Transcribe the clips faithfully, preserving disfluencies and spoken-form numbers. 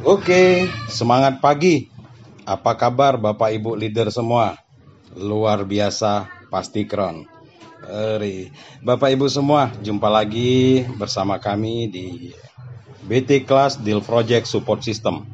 Oke, semangat pagi. Apa kabar Bapak Ibu leader semua? Luar biasa, pasti keren. Eri. Bapak Ibu semua, jumpa lagi bersama kami di B T Class Deal Project Support System.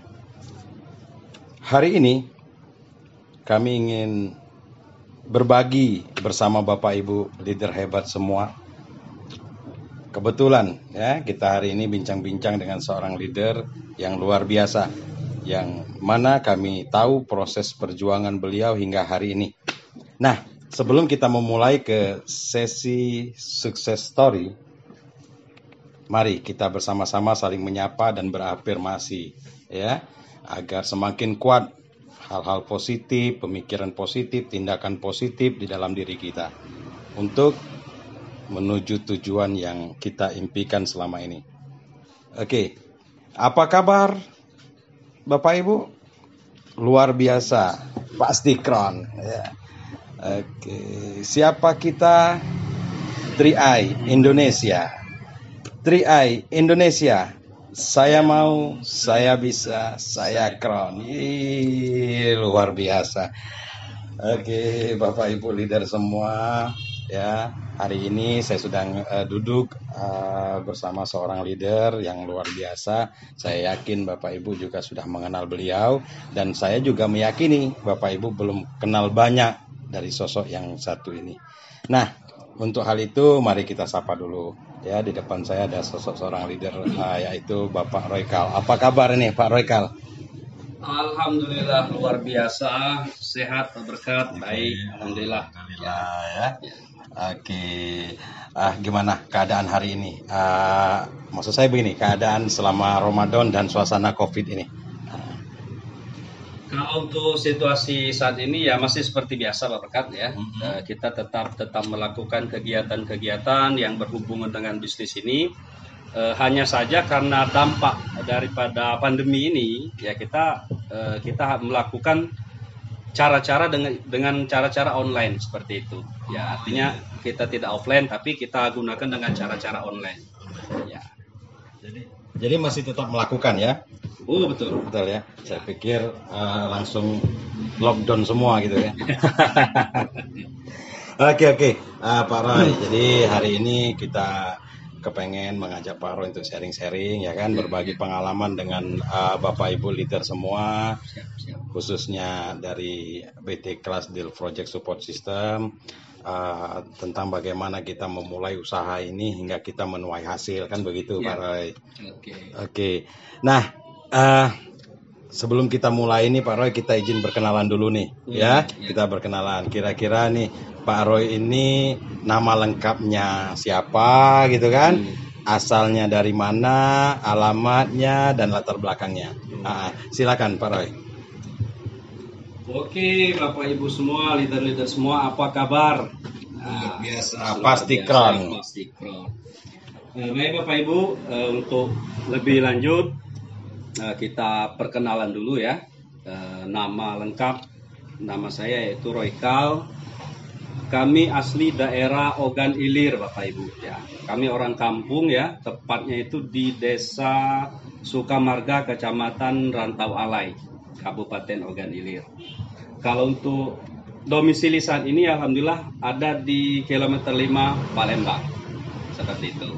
Hari ini kami ingin berbagi bersama Bapak Ibu leader hebat semua. Kebetulan ya, kita hari ini bincang-bincang dengan seorang leader yang luar biasa, yang mana kami tahu proses perjuangan beliau hingga hari ini. Nah, sebelum kita memulai ke sesi sukses story, mari kita bersama-sama saling menyapa dan berafirmasi ya, agar semakin kuat hal-hal positif, pemikiran positif, tindakan positif di dalam diri kita untuk menuju tujuan yang kita impikan selama ini. Oke, apa kabar Bapak Ibu? Luar biasa, pasti keren. Ya. Oke, siapa kita? tiga I Indonesia. tiga I Indonesia. Saya mau, saya bisa, saya keren. Ih, luar biasa. Oke, Bapak Ibu leader semua, ya, hari ini saya sedang uh, duduk uh, bersama seorang leader yang luar biasa. Saya yakin Bapak Ibu juga sudah mengenal beliau, dan saya juga meyakini Bapak Ibu belum kenal banyak dari sosok yang satu ini. Nah, untuk hal itu mari kita sapa dulu. Ya, di depan saya ada sosok seorang leader uh, yaitu Bapak Roykal. Apa kabar ini Pak Roykal? Alhamdulillah luar biasa, sehat, berkat, baik, alhamdulillah. Alhamdulillah ya. Oke, ah gimana keadaan hari ini? Uh, maksud saya begini, keadaan selama Ramadan dan suasana COVID ini. Kalau untuk situasi saat ini ya masih seperti biasa Pak Berkat ya. Mm-hmm. Uh, kita tetap tetap melakukan kegiatan-kegiatan yang berhubungan dengan bisnis ini. Uh, hanya saja karena dampak daripada pandemi ini ya kita uh, kita melakukan cara-cara dengan dengan cara-cara online seperti itu ya, artinya kita tidak offline tapi kita gunakan dengan cara-cara online ya. Jadi jadi masih tetap melakukan ya? Oh betul betul ya. Saya pikir uh, langsung lockdown semua gitu ya. Oke oke uh, Pak Roy. Jadi hari ini kita kepengen mengajak Pak Roy untuk sharing-sharing ya kan, berbagi pengalaman dengan uh, Bapak Ibu leader semua, khususnya dari B T Class Deal Project Support System, uh, tentang bagaimana kita memulai usaha ini hingga kita menuai hasil kan begitu ya. Pak Roy. Oke. Okay. Oke. Nah, uh, sebelum kita mulai ini Pak Roy, kita izin berkenalan dulu nih ya, ya. Kita berkenalan. Kira-kira nih Pak Roy ini nama lengkapnya siapa gitu kan? Hmm. Asalnya dari mana, alamatnya dan latar belakangnya. Nah, silakan Pak Roy. Oke, Bapak Ibu semua, leader-leader semua, apa kabar? Nah, biasa, pasti keren. Pasti keren. Uh, baik Bapak Ibu, uh, untuk lebih lanjut uh, kita perkenalan dulu ya. Uh, nama lengkap, nama saya yaitu Roykal. Kami asli daerah Ogan Ilir Bapak Ibu ya. Kami orang kampung ya, tepatnya itu di Desa Sukamarga, Kecamatan Rantau Alai, Kabupaten Ogan Ilir. Kalau untuk domisili saat ini alhamdulillah ada di kilometer lima Palembang. Seperti itu.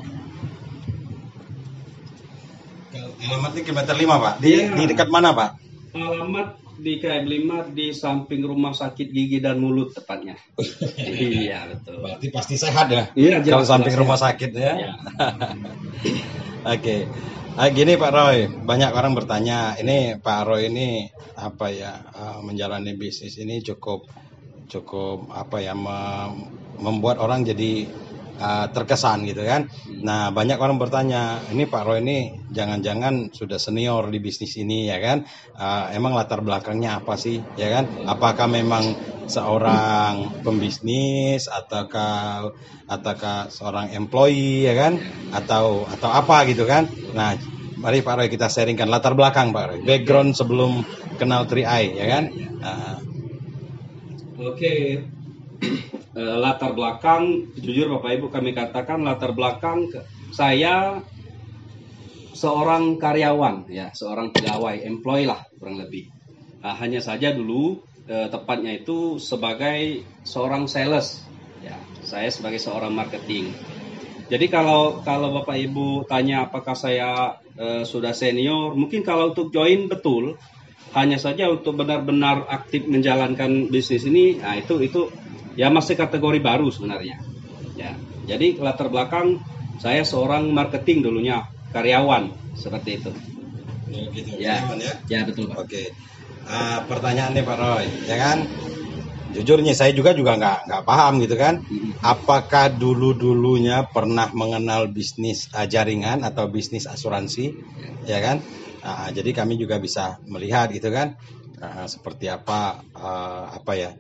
Alamatnya kilometer lima Pak. Di, ya. Di dekat mana Pak? Alamat di K M lima di samping rumah sakit gigi dan mulut tepatnya. Iya betul. Berarti pasti sehat ya? Iya. Kalau samping sehat. Rumah sakit ya. ya. Oke. Okay. Nah, gini Pak Roy, banyak orang bertanya, ini Pak Roy ini apa ya, menjalani bisnis ini cukup cukup apa ya, membuat orang jadi Uh, terkesan gitu kan. Nah banyak orang bertanya, ini Pak Roy ini jangan-jangan sudah senior di bisnis ini ya kan, uh, emang latar belakangnya apa sih ya kan, apakah memang seorang pembisnis ataukah ataukah seorang employee ya kan, atau atau apa gitu kan. Nah mari Pak Roy kita sharingkan latar belakang Pak Roy, background sebelum kenal tiga I ya kan. uh. Oke okay. Uh, latar belakang, jujur Bapak Ibu kami katakan latar belakang ke, saya seorang karyawan, ya, seorang pegawai, employee lah kurang lebih. Nah, hanya saja dulu eh, tepatnya itu sebagai seorang sales, ya, saya sebagai seorang marketing. Jadi kalau kalau Bapak Ibu tanya apakah saya eh, sudah senior, mungkin kalau untuk join betul, hanya saja untuk benar-benar aktif menjalankan bisnis ini, nah itu itu ya masih kategori baru sebenarnya. Ya, jadi latar belakang saya seorang marketing dulunya, karyawan seperti itu. Oh, gitu, Ya, karyawan ya. ya betul Pak. Oke. Uh, pertanyaan nih Pak Roy, ya kan? Jujurnya saya juga juga nggak nggak paham gitu kan. Apakah dulu dulunya pernah mengenal bisnis uh, jaringan atau bisnis asuransi, ya kan? Uh, jadi kami juga bisa melihat gitu kan, uh, seperti apa uh, apa ya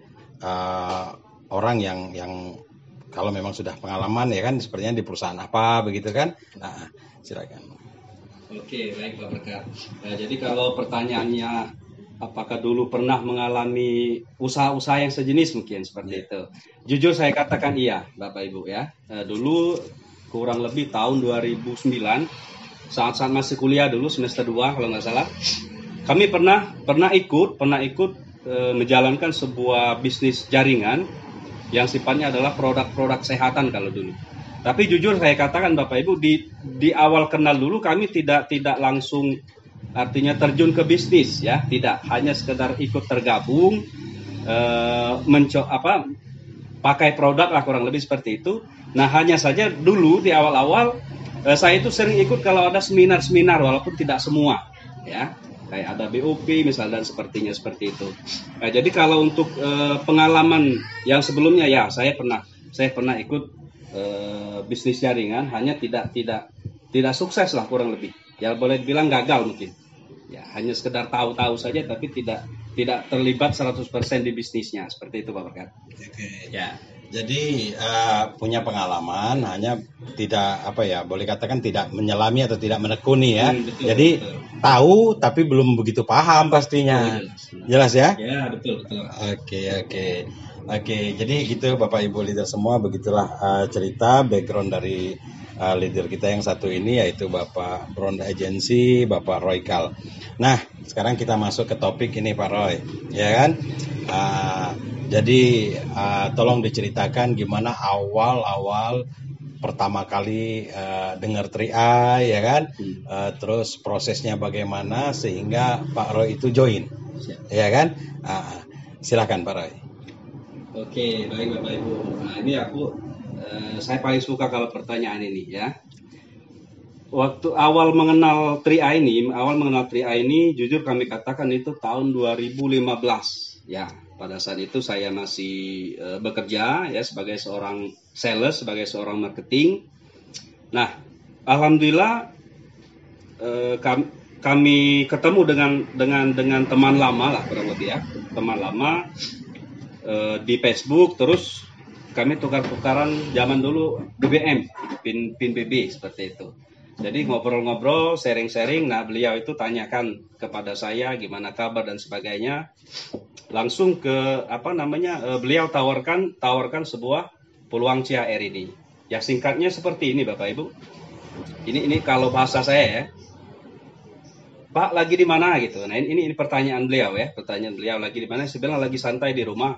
uh, orang yang yang kalau memang sudah pengalaman ya kan, sepertinya di perusahaan apa begitu kan? Nah, silakan. Oke, baik Pak Berkat. Nah, jadi kalau pertanyaannya apakah dulu pernah mengalami usaha-usaha yang sejenis mungkin seperti yeah. itu. Jujur saya katakan iya, Bapak Ibu ya. E, dulu kurang lebih tahun dua ribu sembilan, saat-saat masih kuliah dulu semester dua kalau nggak salah, kami pernah pernah ikut pernah ikut e, menjalankan sebuah bisnis jaringan yang sifatnya adalah produk-produk kesehatan kalau dulu. Tapi jujur saya katakan Bapak Ibu, di di awal kenal dulu kami tidak tidak langsung artinya terjun ke bisnis ya, tidak hanya sekedar ikut tergabung e, menco apa pakai produk lah kurang lebih seperti itu. Nah, hanya saja dulu di awal-awal e, saya itu sering ikut kalau ada seminar-seminar walaupun tidak semua ya, kayak ada B O P misal dan sepertinya seperti itu. Nah, jadi kalau untuk e, pengalaman yang sebelumnya ya saya pernah saya pernah ikut e, bisnis jaringan, hanya tidak tidak tidak sukses lah kurang lebih. Ya boleh dibilang gagal mungkin. Ya, hanya sekedar tahu-tahu saja tapi tidak tidak terlibat seratus persen di bisnisnya. Seperti itu Pak Berkat. Oke. Ya. Jadi uh, punya pengalaman, hanya tidak apa ya, boleh katakan tidak menyelami atau tidak menekuni ya. Hmm, betul, Jadi betul. Tahu tapi belum begitu paham pastinya. Oh, jelas. Jelas ya? Ya, betul, betul. Oke, oke. Oke, jadi gitu Bapak Ibu leader semua, begitulah uh, cerita background dari uh, leader kita yang satu ini, yaitu Bapak Bronda Agency, Bapak Roy Kal. Nah, sekarang kita masuk ke topik ini Pak Roy, ya kan? Uh, jadi uh, tolong diceritakan gimana awal-awal pertama kali uh, dengar tiga I, ya kan? Uh, terus prosesnya bagaimana sehingga Pak Roy itu join, ya kan? Uh, silakan Pak Roy. Oke, baik Bapak Ibu. Nah, ini aku eh, saya paling suka kalau pertanyaan ini ya. Waktu awal mengenal tiga I ini, awal mengenal tiga I ini jujur kami katakan itu tahun dua ribu lima belas. Ya, pada saat itu saya masih eh, bekerja ya sebagai seorang sales, sebagai seorang marketing. Nah, alhamdulillah eh, kami, kami ketemu dengan dengan dengan teman lama lah kurang lebih ya, teman lama di Facebook, terus kami tukar-tukaran zaman dulu B B M, pin pin B B seperti itu. Jadi ngobrol-ngobrol, sharing-sharing. Nah, beliau itu tanyakan kepada saya gimana kabar dan sebagainya. Langsung ke apa namanya? Beliau tawarkan tawarkan sebuah peluang C H R ini. Ya singkatnya seperti ini Bapak Ibu. Ini ini kalau bahasa saya ya. Pak lagi di mana gitu. Nah ini, ini pertanyaan beliau ya, pertanyaan beliau lagi di mana? Saya bilang lagi santai di rumah.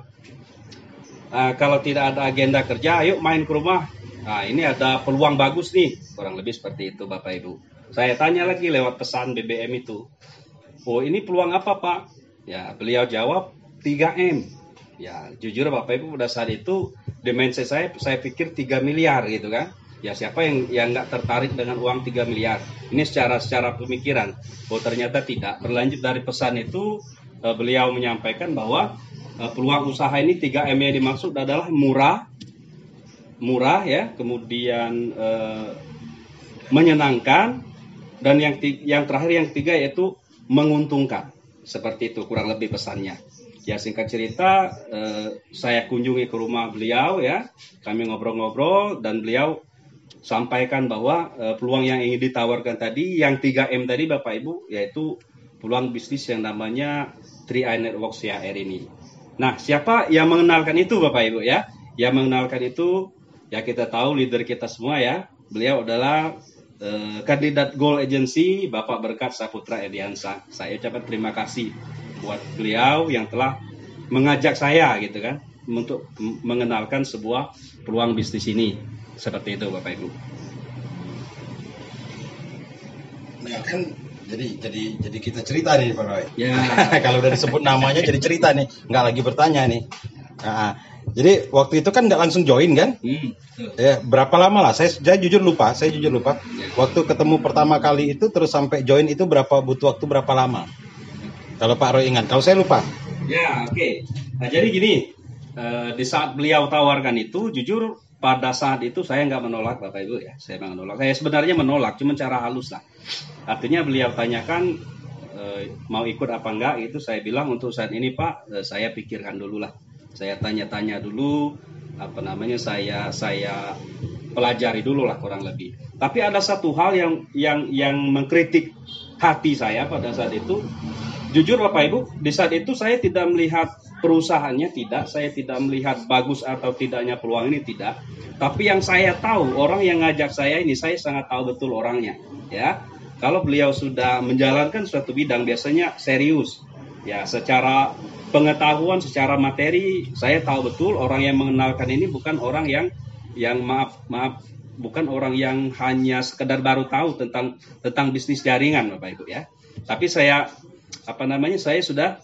Uh, kalau tidak ada agenda kerja, ayo main ke rumah. Nah ini ada peluang bagus nih, kurang lebih seperti itu Bapak Ibu. Saya tanya lagi lewat pesan B B M itu. Oh ini peluang apa Pak? Ya beliau jawab tiga M. Ya jujur Bapak Ibu pada saat itu di mindset saya, saya pikir tiga miliar gitu kan. Ya siapa yang yang nggak tertarik dengan uang tiga miliar? Ini secara secara pemikiran. Oh ternyata tidak. Berlanjut dari pesan itu uh, beliau menyampaikan bahwa uh, peluang usaha ini tiga M yang dimaksud adalah murah, murah ya, kemudian uh, menyenangkan, dan yang yang terakhir yang tiga yaitu menguntungkan. Seperti itu kurang lebih pesannya. Ya singkat cerita uh, saya kunjungi ke rumah beliau ya, kami ngobrol-ngobrol dan beliau sampaikan bahwa uh, peluang yang ingin ditawarkan tadi, yang tiga M tadi Bapak Ibu, yaitu peluang bisnis yang namanya tiga I Network C H R ini. Nah, siapa yang mengenalkan itu Bapak Ibu ya? Yang mengenalkan itu, ya kita tahu leader kita semua ya, beliau adalah eh, kandidat Goal Agency Bapak Berkat Saputra Ediansa. Saya ucapkan terima kasih buat beliau yang telah mengajak saya gitu kan untuk mengenalkan sebuah peluang bisnis ini. Seperti itu Bapak Ibu. Nah kan jadi jadi jadi kita cerita nih Pak Roy. Ya. Kalau udah disebut namanya jadi cerita nih, nggak lagi bertanya nih. Nah, jadi waktu itu kan nggak langsung join kan? Hmm, ya berapa lama lah? Saya, saya jujur lupa, saya jujur lupa. Ya. Waktu ketemu pertama kali itu terus sampai join itu berapa butuh waktu berapa lama? Kalau Pak Roy ingat, kalau saya lupa. Ya oke. Okay. Nah jadi gini, uh, di saat beliau tawarkan itu, jujur pada saat itu saya nggak menolak Bapak Ibu ya, saya nggak menolak. Saya sebenarnya menolak, cuma cara halus lah. Artinya beliau tanyakan e, mau ikut apa enggak, itu saya bilang untuk saat ini Pak, e, saya pikirkan dulu lah. Saya tanya-tanya dulu, apa namanya, saya saya pelajari dulu lah kurang lebih. Tapi ada satu hal yang yang yang mengkritik hati saya pada saat itu. Jujur Bapak Ibu, di saat itu saya tidak melihat perusahaannya, tidak. Saya tidak melihat bagus atau tidaknya peluang ini, tidak. Tapi yang saya tahu, orang yang ngajak saya ini, saya sangat tahu betul orangnya. Ya, kalau beliau sudah menjalankan suatu bidang, biasanya serius. Ya, secara pengetahuan, secara materi, saya tahu betul orang yang mengenalkan ini bukan orang yang, yang maaf, maaf, bukan orang yang hanya sekedar baru tahu tentang tentang bisnis jaringan, Bapak Ibu ya. Tapi saya apa namanya saya sudah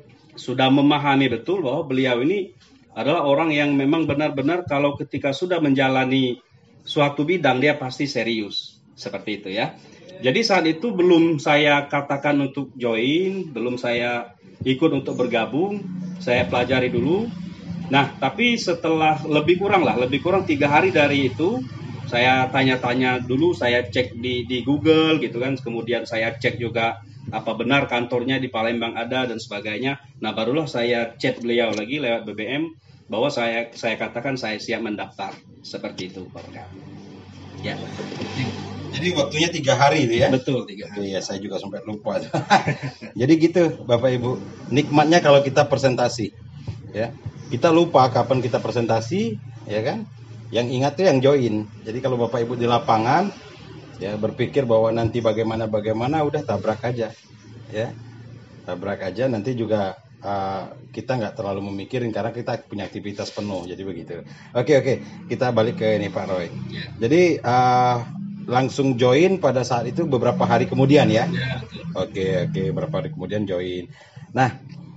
sudah memahami betul bahwa beliau ini adalah orang yang memang benar-benar kalau ketika sudah menjalani suatu bidang dia pasti serius, seperti itu ya. Jadi saat itu belum saya katakan untuk join, belum saya ikut untuk bergabung, saya pelajari dulu. Nah tapi setelah lebih kurang lah lebih kurang tiga hari dari itu, saya tanya-tanya dulu, saya cek di di Google gitu kan, kemudian saya cek juga apa benar kantornya di Palembang ada dan sebagainya. Nah barulah saya chat beliau lagi lewat B B M bahwa saya saya katakan saya siap mendaftar, seperti itu Pak Berkat. Ya. Jadi waktunya tiga hari itu ya? Betul, tiga hari. Iya, saya juga sampai lupa. Jadi gitu Bapak Ibu, nikmatnya kalau kita presentasi, ya kita lupa kapan kita presentasi, ya kan? Yang ingat tuh yang join. Jadi kalau Bapak Ibu di lapangan, ya berpikir bahwa nanti bagaimana bagaimana, udah tabrak aja, ya tabrak aja. Nanti juga uh, kita nggak terlalu memikirin karena kita punya aktivitas penuh. Jadi begitu. Oke oke, kita balik ke ini Pak Roy. Yeah. Jadi uh, langsung join pada saat itu beberapa hari kemudian ya. Yeah. Oke oke, beberapa hari kemudian join. Nah,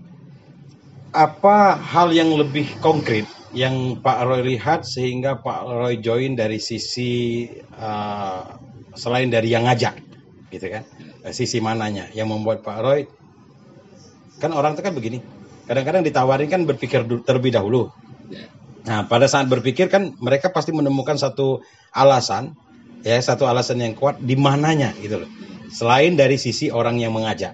apa hal yang lebih konkret yang Pak Roy lihat sehingga Pak Roy join dari sisi uh, selain dari yang ngajak, gitu kan? Sisi mananya yang membuat Pak Roy, kan orang itu kan begini, kadang-kadang ditawarin kan berpikir terlebih dahulu. Nah pada saat berpikir kan mereka pasti menemukan satu alasan, ya satu alasan yang kuat di mananya gitu loh, selain dari sisi orang yang mengajak.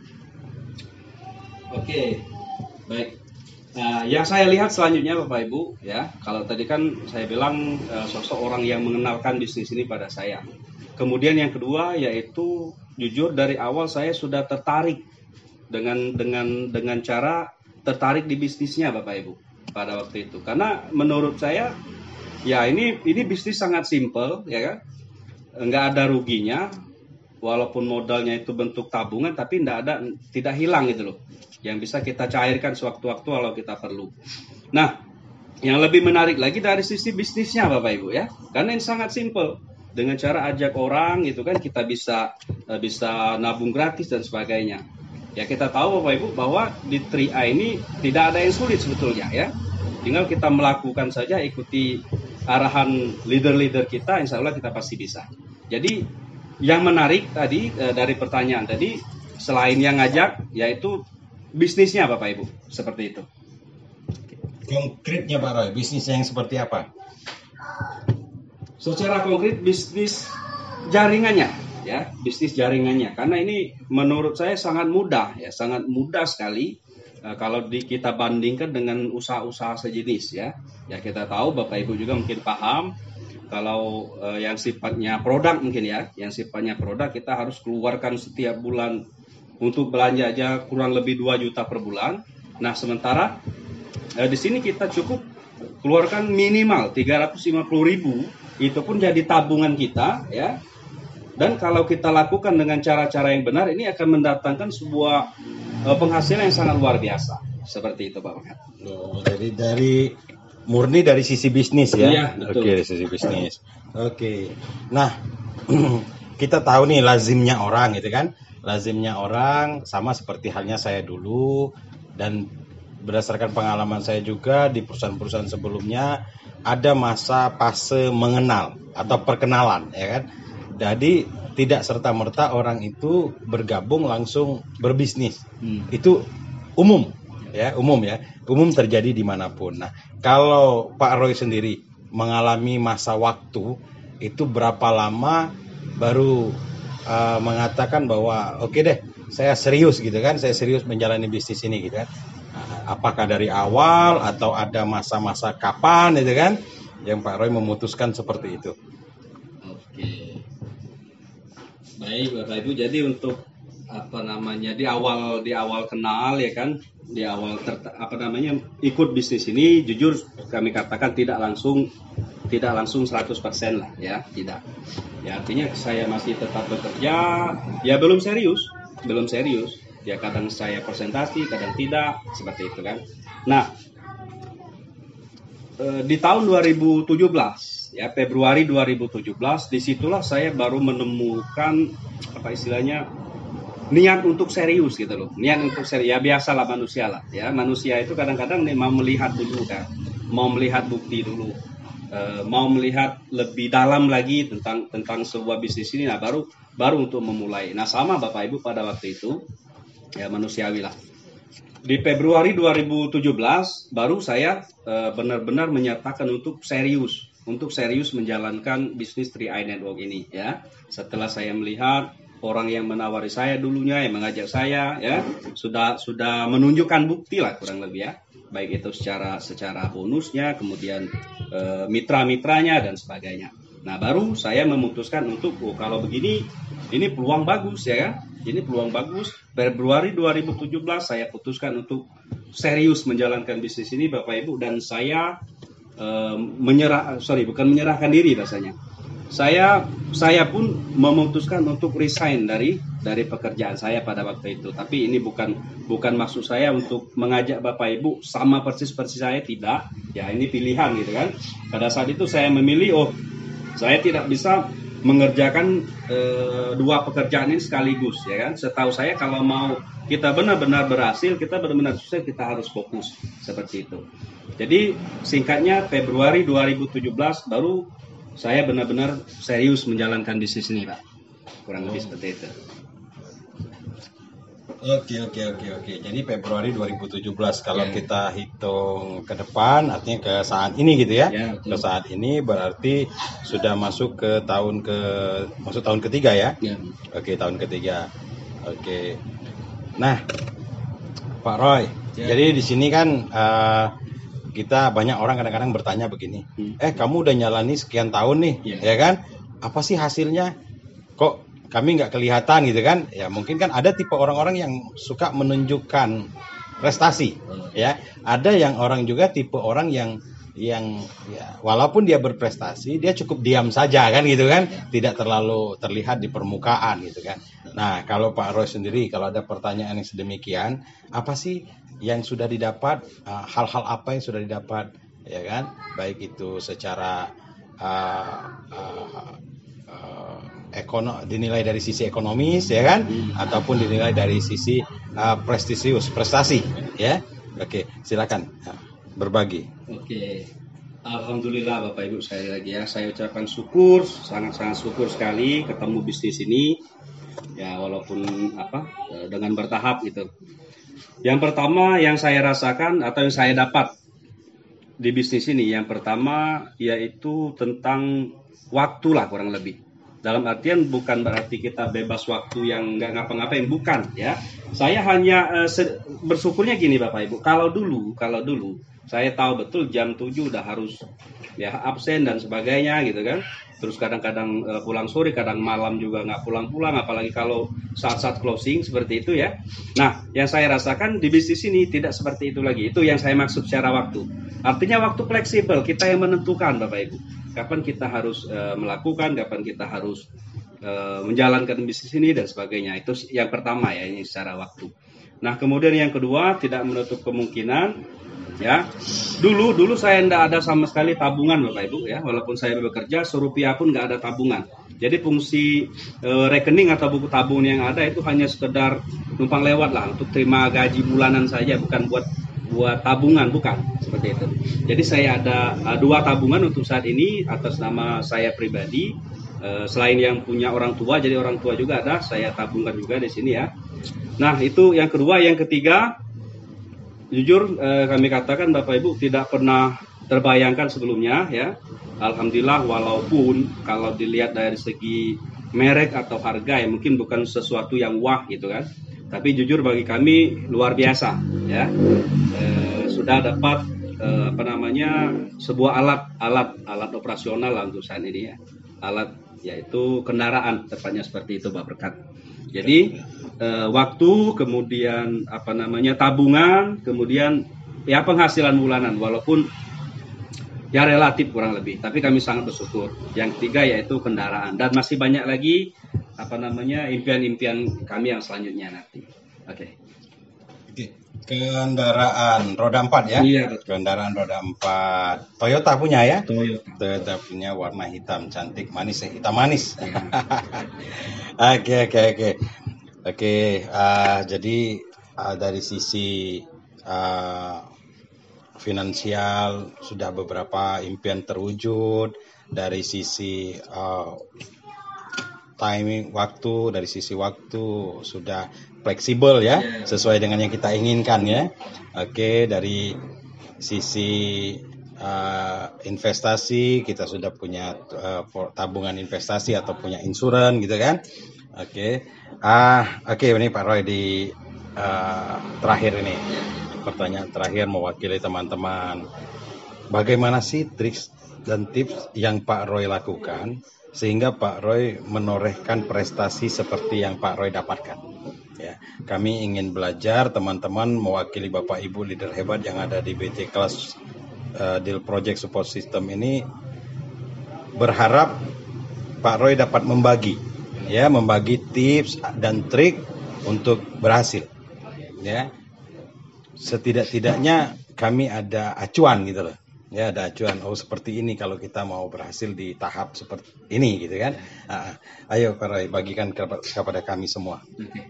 Oke, baik. Nah, yang saya lihat selanjutnya Bapak Ibu ya, kalau tadi kan saya bilang uh, sosok orang yang mengenalkan bisnis ini pada saya. Kemudian yang kedua yaitu jujur dari awal saya sudah tertarik dengan dengan dengan cara tertarik di bisnisnya Bapak Ibu pada waktu itu. Karena menurut saya ya ini ini bisnis sangat simple ya kan. Enggak ada ruginya, walaupun modalnya itu bentuk tabungan tapi tidak ada tidak hilang gitu loh. Yang bisa kita cairkan sewaktu-waktu kalau kita perlu. Nah, yang lebih menarik lagi dari sisi bisnisnya Bapak Ibu ya. Karena ini sangat simple. Dengan cara ajak orang gitu kan kita bisa bisa nabung gratis dan sebagainya. Ya kita tahu Bapak Ibu bahwa di tiga A ini tidak ada yang sulit sebetulnya ya. Tinggal kita melakukan saja, ikuti arahan leader-leader kita, insya Allah kita pasti bisa. Jadi yang menarik tadi dari pertanyaan tadi, selain yang ngajak yaitu bisnisnya Bapak Ibu, seperti itu. Konkretnya Pak Roy, bisnisnya yang seperti apa? Secara konkret bisnis jaringannya, ya bisnis jaringannya. Karena ini menurut saya sangat mudah, ya sangat mudah sekali uh, kalau di, kita bandingkan dengan usaha-usaha sejenis, ya. Ya kita tahu Bapak Ibu juga mungkin paham kalau uh, yang sifatnya produk mungkin ya, yang sifatnya produk kita harus keluarkan setiap bulan. Untuk belanja aja kurang lebih dua juta per bulan. Nah, sementara eh, di sini kita cukup keluarkan minimal tiga ratus lima puluh ribu, itu pun jadi tabungan kita ya. Dan kalau kita lakukan dengan cara-cara yang benar, ini akan mendatangkan sebuah uh, penghasilan yang sangat luar biasa. Seperti itu Pak Makat. Oh, jadi dari murni dari sisi bisnis ya? Iya, betul. Oke, dari sisi bisnis. Oke. Nah, kita tahu nih lazimnya orang gitu kan. Lazimnya orang sama seperti halnya saya dulu, dan berdasarkan pengalaman saya juga di perusahaan-perusahaan sebelumnya ada masa fase mengenal atau perkenalan ya kan. Jadi tidak serta-merta orang itu bergabung langsung berbisnis. Hmm. Itu umum ya, umum ya. Umum terjadi dimanapun. Nah, kalau Pak Roy sendiri mengalami masa waktu itu berapa lama baru uh, mengatakan bahwa oke okay deh, saya serius gitu kan, saya serius menjalani bisnis ini gitu kan. Nah, apakah dari awal atau ada masa-masa kapan gitu kan yang Pak Roy memutuskan seperti itu? Oke. Baik Bapak Ibu, jadi untuk apa namanya di awal di awal kenal ya kan, di awal ter, apa namanya ikut bisnis ini, jujur kami katakan tidak langsung tidak langsung seratus persen lah ya, tidak. Ya artinya saya masih tetap bekerja, ya belum serius, belum serius. Ya kadang saya presentasi, kadang tidak, seperti itu kan. Nah, e, di tahun dua ribu tujuh belas ya, Februari dua ribu tujuh belas, disitulah saya baru menemukan apa istilahnya niat untuk serius gitu loh. Niat untuk serius, ya biasalah manusia lah ya. Manusia itu kadang-kadang nih mau melihat dulu kan, mau melihat bukti dulu, e, mau melihat lebih dalam lagi tentang tentang sebuah bisnis ini. Nah baru baru untuk memulai. Nah sama Bapak Ibu pada waktu itu ya manusiawi lah. Di Februari dua ribu tujuh belas baru saya e, benar-benar menyatakan untuk serius, untuk serius menjalankan bisnis three I Network ini ya. Setelah saya melihat orang yang menawari saya dulunya, yang mengajak saya ya, sudah sudah menunjukkan bukti lah kurang lebih ya, baik itu secara secara bonusnya, kemudian e, mitra-mitranya dan sebagainya. Nah baru saya memutuskan untuk oh, kalau begini ini peluang bagus ya kan, ini peluang bagus. Februari dua ribu tujuh belas saya putuskan untuk serius menjalankan bisnis ini Bapak Ibu, dan saya e, menyerah sorry bukan menyerahkan diri rasanya. Saya saya pun memutuskan untuk resign dari dari pekerjaan saya pada waktu itu. Tapi ini bukan bukan maksud saya untuk mengajak Bapak Ibu sama persis persis saya, tidak. Ya ini pilihan gitu kan. Pada saat itu saya memilih oh saya tidak bisa mengerjakan e, dua pekerjaan ini sekaligus ya kan. Setahu saya kalau mau kita benar-benar berhasil, kita benar-benar sukses, kita harus fokus seperti itu. Jadi singkatnya Februari dua ribu tujuh belas baru saya benar-benar serius menjalankan bisnis ini, Pak. Kurang lebih seperti itu. Oke, oke, oke, oke. Jadi Februari dua ribu tujuh belas kalau ya. Kita hitung ke depan, artinya ke saat ini gitu ya. Ya ke saat ini berarti sudah masuk ke tahun ke masuk tahun ketiga ya. Ya. Oke, tahun ketiga. Oke. Nah, Pak Roy, ya. Jadi di sini kan uh, kita banyak orang kadang-kadang bertanya begini, hmm. eh kamu udah nyalani sekian tahun nih, yeah. ya kan? Apa sih hasilnya? Kok kami nggak kelihatan gitu kan? Ya mungkin kan ada tipe orang-orang yang suka menunjukkan prestasi, hmm. ya. Ada yang orang juga tipe orang yang yang ya, walaupun dia berprestasi, dia cukup diam saja kan gitu kan, yeah. tidak terlalu terlihat di permukaan gitu kan. Nah kalau Pak Roy sendiri, kalau ada pertanyaan yang sedemikian, apa sih yang sudah didapat, uh, hal-hal apa yang sudah didapat, ya kan? Baik itu secara uh, uh, uh, ekono, dinilai dari sisi ekonomis, ya kan? Hmm. Ataupun dinilai dari sisi uh, prestisius, prestasi, ya. Oke, silakan uh, berbagi. Oke, alhamdulillah Bapak Ibu sekali lagi ya, saya ucapkan syukur, sangat-sangat syukur sekali ketemu bisnis ini, ya walaupun apa dengan bertahap gitu. Yang pertama yang saya rasakan atau yang saya dapat di bisnis ini, yang pertama yaitu tentang waktu lah kurang lebih. Dalam artian bukan berarti kita bebas waktu yang nggak ngapa-ngapain, bukan ya. Saya hanya uh, bersyukurnya gini Bapak Ibu, kalau dulu, kalau dulu saya tahu betul jam tujuh udah harus ya absen dan sebagainya gitu kan. Terus kadang-kadang uh, pulang sore, kadang malam juga nggak pulang-pulang, apalagi kalau saat-saat closing seperti itu ya. Nah, yang saya rasakan di bisnis ini tidak seperti itu lagi. Itu yang saya maksud secara waktu. Artinya waktu fleksibel, kita yang menentukan Bapak Ibu. Kapan kita harus uh, melakukan, kapan kita harus uh, menjalankan bisnis ini dan sebagainya. Itu yang pertama ya, ini secara waktu. Nah, kemudian yang kedua, tidak menutup kemungkinan ya. Dulu dulu saya tidak ada sama sekali tabungan Bapak Ibu ya, walaupun saya bekerja serupiah pun nggak ada tabungan. Jadi fungsi e, rekening atau buku tabungan yang ada itu hanya sekedar numpang lewat lah untuk terima gaji bulanan saja, bukan buat buat tabungan, bukan seperti itu. Jadi saya ada e, dua tabungan untuk saat ini atas nama saya pribadi. E, selain yang punya orang tua, jadi orang tua juga ada, saya tabungkan juga di sini ya. Nah, itu yang kedua. Yang ketiga, jujur eh, kami katakan Bapak Ibu tidak pernah terbayangkan sebelumnya ya. Alhamdulillah, walaupun kalau dilihat dari segi merek atau harga ya mungkin bukan sesuatu yang wah gitu kan. Tapi jujur bagi kami luar biasa ya. Eh, sudah dapat eh, apa namanya sebuah alat alat alat operasional lah untuk saat ini ya. Alat yaitu kendaraan, tepatnya seperti itu Pak Berkat. Jadi eh, waktu, kemudian apa namanya tabungan, kemudian ya penghasilan bulanan, walaupun ya relatif kurang lebih, tapi kami sangat bersyukur. Yang ketiga yaitu kendaraan, dan masih banyak lagi apa namanya impian-impian kami yang selanjutnya nanti. Oke. Okay. Oke. Kendaraan roda empat ya? Iya, betul. Kendaraan roda empat. Toyota punya ya? Toyota. Toyota punya, warna hitam, cantik, manis ya, hitam manis. Oke, oke, oke. Oke, uh, jadi uh, dari sisi uh, finansial sudah beberapa impian terwujud, dari sisi uh, timing waktu, dari sisi waktu sudah fleksibel ya, sesuai dengan yang kita inginkan ya. Oke, dari sisi uh, investasi kita sudah punya uh, tabungan investasi atau punya insuran gitu kan. Oke, ah oke ini Pak Roy di uh, terakhir ini pertanyaan terakhir mewakili teman-teman. Bagaimana sih trik dan tips yang Pak Roy lakukan sehingga Pak Roy menorehkan prestasi seperti yang Pak Roy dapatkan? Ya, kami ingin belajar, teman-teman mewakili Bapak Ibu leader hebat yang ada di B T Class uh, Deal Project Support System ini, berharap Pak Roy dapat membagi, ya, membagi tips dan trik untuk berhasil. Ya, setidak-tidaknya kami ada acuan gitu loh. Ya, ada acuan. Oh, seperti ini kalau kita mau berhasil di tahap seperti ini gitu kan. Nah, ayo Pak Roy bagikan kepada kami semua. Oke.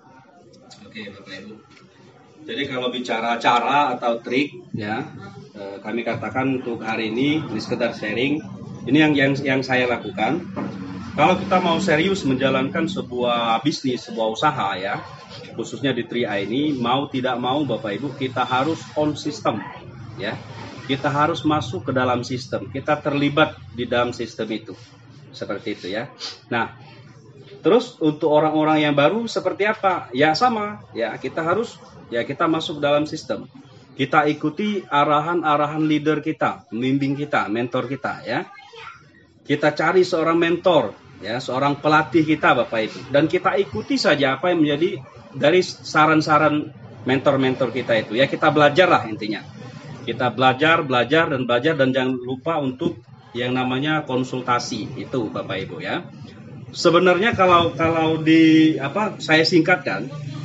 Oke Bapak Ibu. Jadi kalau bicara cara atau trik ya, eh, kami katakan untuk hari ini ini sekedar sharing. Ini yang yang yang saya lakukan. Kalau kita mau serius menjalankan sebuah bisnis, sebuah usaha ya, khususnya di tiga I ini, mau tidak mau Bapak Ibu kita harus on system ya. Kita harus masuk ke dalam sistem. Kita terlibat di dalam sistem itu. Seperti itu ya. Nah, terus untuk orang-orang yang baru seperti apa? Ya sama, ya kita harus ya kita masuk dalam sistem. Kita ikuti arahan-arahan leader kita, pembimbing kita, mentor kita ya. Kita cari seorang mentor, ya, seorang pelatih kita Bapak Ibu, dan kita ikuti saja apa yang menjadi dari saran-saran mentor-mentor kita itu. Ya kita belajarlah intinya. Kita belajar, belajar dan belajar, dan jangan lupa untuk yang namanya konsultasi itu Bapak Ibu ya. Sebenarnya kalau kalau di apa saya singkatkan,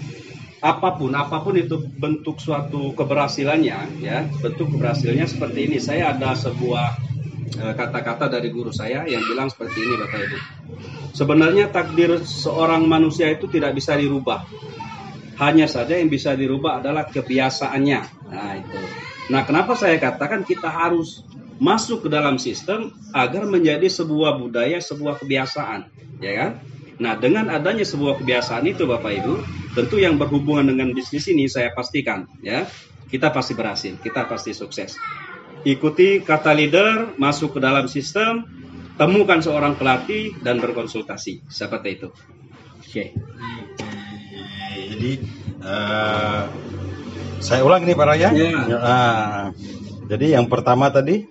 apapun apapun itu bentuk suatu keberhasilannya ya, bentuk keberhasilannya seperti ini. Saya ada sebuah eh, kata-kata dari guru saya yang bilang seperti ini Bapak Ibu. Sebenarnya takdir seorang manusia itu tidak bisa dirubah. Hanya saja yang bisa dirubah adalah kebiasaannya. Nah, itu. Nah, kenapa saya katakan kita harus masuk ke dalam sistem agar menjadi sebuah budaya, sebuah kebiasaan, ya kan? Nah, dengan adanya sebuah kebiasaan itu Bapak Ibu, tentu yang berhubungan dengan bisnis ini saya pastikan, ya, kita pasti berhasil, kita pasti sukses. Ikuti kata leader, masuk ke dalam sistem, temukan seorang pelatih dan berkonsultasi, seperti itu. Oke. Okay. Jadi uh, saya ulang ini Pak Raya. Ya. Uh, jadi yang pertama tadi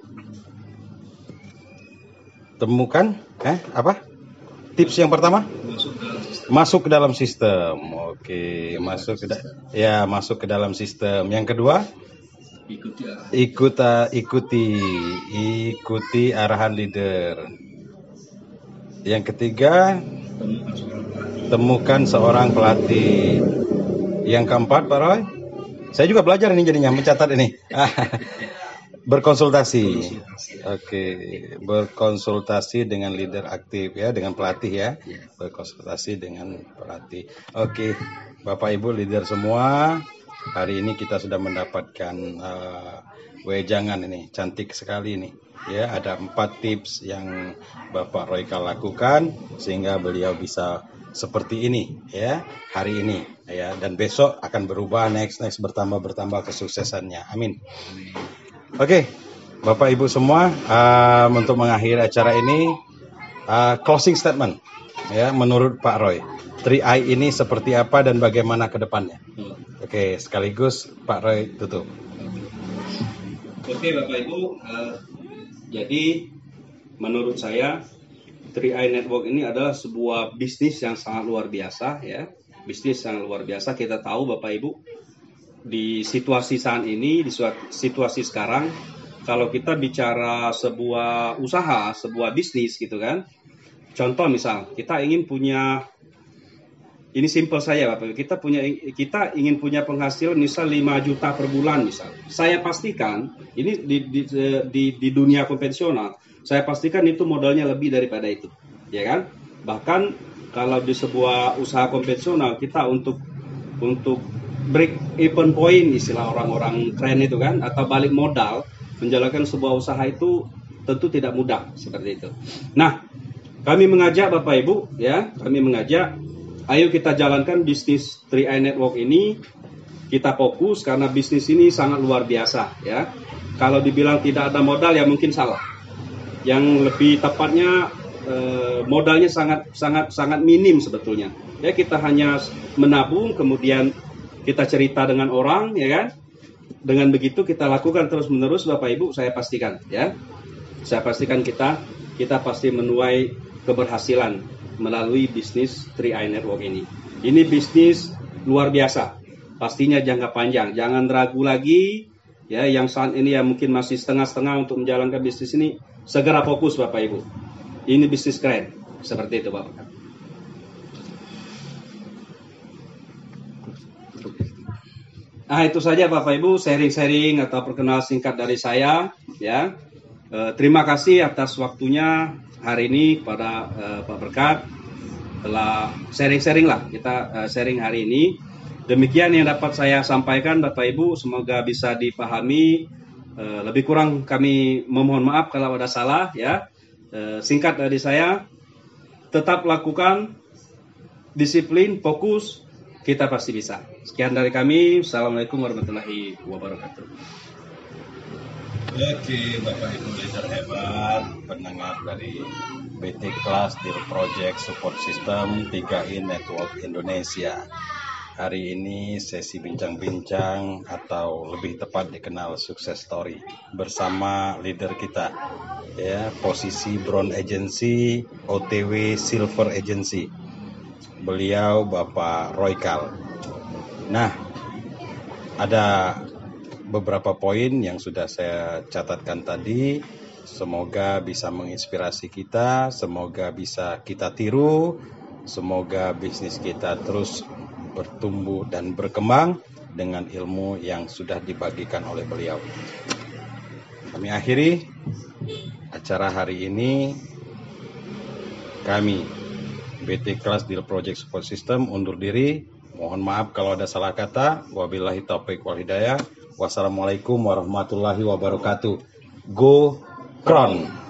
temukan, eh apa? Tips yang pertama? Masuk ke dalam sistem. Oke, masuk ke da- ya masuk ke dalam sistem. Yang kedua? Ikuti ikuti ikuti ikuti arahan leader. Yang ketiga? temukan seorang pelatih. Temukan seorang pelatih. Yang keempat, Pak Roy? Saya juga belajar ini jadinya, mencatat ini. Berkonsultasi. Oke, berkonsultasi dengan leader aktif ya, dengan pelatih ya. Berkonsultasi dengan pelatih. Oke, Bapak Ibu leader semua, hari ini kita sudah mendapatkan uh, wejangan ini, cantik sekali ini. Ya, ada empat tips yang Bapak Royka lakukan sehingga beliau bisa seperti ini ya hari ini ya, dan besok akan berubah, next next bertambah bertambah kesuksesannya. Amin. Oke, Bapak Ibu semua, uh, untuk mengakhiri acara ini uh, closing statement ya menurut Pak Roy. three I ini seperti apa dan bagaimana ke depannya? Oke, sekaligus Pak Roy tutup. Oke Bapak Ibu, uh, jadi menurut saya three I Network ini adalah sebuah bisnis yang sangat luar biasa ya. Bisnis yang luar biasa. Kita tahu Bapak Ibu, di situasi saat ini, di situasi sekarang, kalau kita bicara sebuah usaha, sebuah bisnis gitu kan. Contoh misal, kita ingin punya, ini simple saya Bapak Ibu, kita punya kita ingin punya penghasilan misal lima juta per bulan misal. Saya pastikan ini di di di, di dunia konvensional, saya pastikan itu modalnya lebih daripada itu, ya kan? Bahkan kalau di sebuah usaha konvensional kita untuk untuk break even point istilah orang-orang keren itu kan, atau balik modal menjalankan sebuah usaha itu tentu tidak mudah seperti itu. Nah, kami mengajak Bapak Ibu ya, kami mengajak ayo kita jalankan bisnis three I Network ini, kita fokus karena bisnis ini sangat luar biasa ya. Kalau dibilang tidak ada modal ya mungkin salah. Yang lebih tepatnya eh, modalnya sangat sangat sangat minim sebetulnya. Ya, kita hanya menabung, kemudian kita cerita dengan orang, ya kan? Dengan begitu kita lakukan terus-menerus Bapak Ibu, saya pastikan ya. Saya pastikan kita kita pasti menuai keberhasilan melalui bisnis three I Network ini. Ini bisnis luar biasa. Pastinya jangka panjang. Jangan ragu lagi ya, yang saat ini ya mungkin masih setengah-setengah untuk menjalankan bisnis ini, segera fokus Bapak Ibu. Ini bisnis keren. Seperti itu Bapak. Nah, itu saja Bapak Ibu, sharing-sharing atau perkenalan singkat dari saya ya. E, terima kasih atas waktunya hari ini kepada e, Pak Berkat telah sharing-sharing lah kita e, sharing hari ini. Demikian yang dapat saya sampaikan Bapak Ibu, semoga bisa dipahami. E, lebih kurang kami memohon maaf kalau ada salah ya. E, singkat dari saya, tetap lakukan disiplin, fokus, kita pasti bisa. Sekian dari kami. Assalamualaikum warahmatullahi wabarakatuh. Oke, Bapak Ibu leader hebat, pendengar dari B T Class Deal Project Support System tiga I Network Indonesia. Hari ini sesi bincang-bincang atau lebih tepat dikenal success story bersama leader kita ya, posisi Bronze Agency, O T W Silver Agency. Beliau Bapak Royka. Nah, ada beberapa poin yang sudah saya catatkan tadi. Semoga bisa menginspirasi kita, semoga bisa kita tiru, semoga bisnis kita terus bertumbuh dan berkembang dengan ilmu yang sudah dibagikan oleh beliau. Kami akhiri acara hari ini. Kami B T Class Deal Project Support System undur diri. Mohon maaf kalau ada salah kata. Wabillahi taufiq wal hidayah. Wassalamualaikum warahmatullahi wabarakatuh. Go Kron.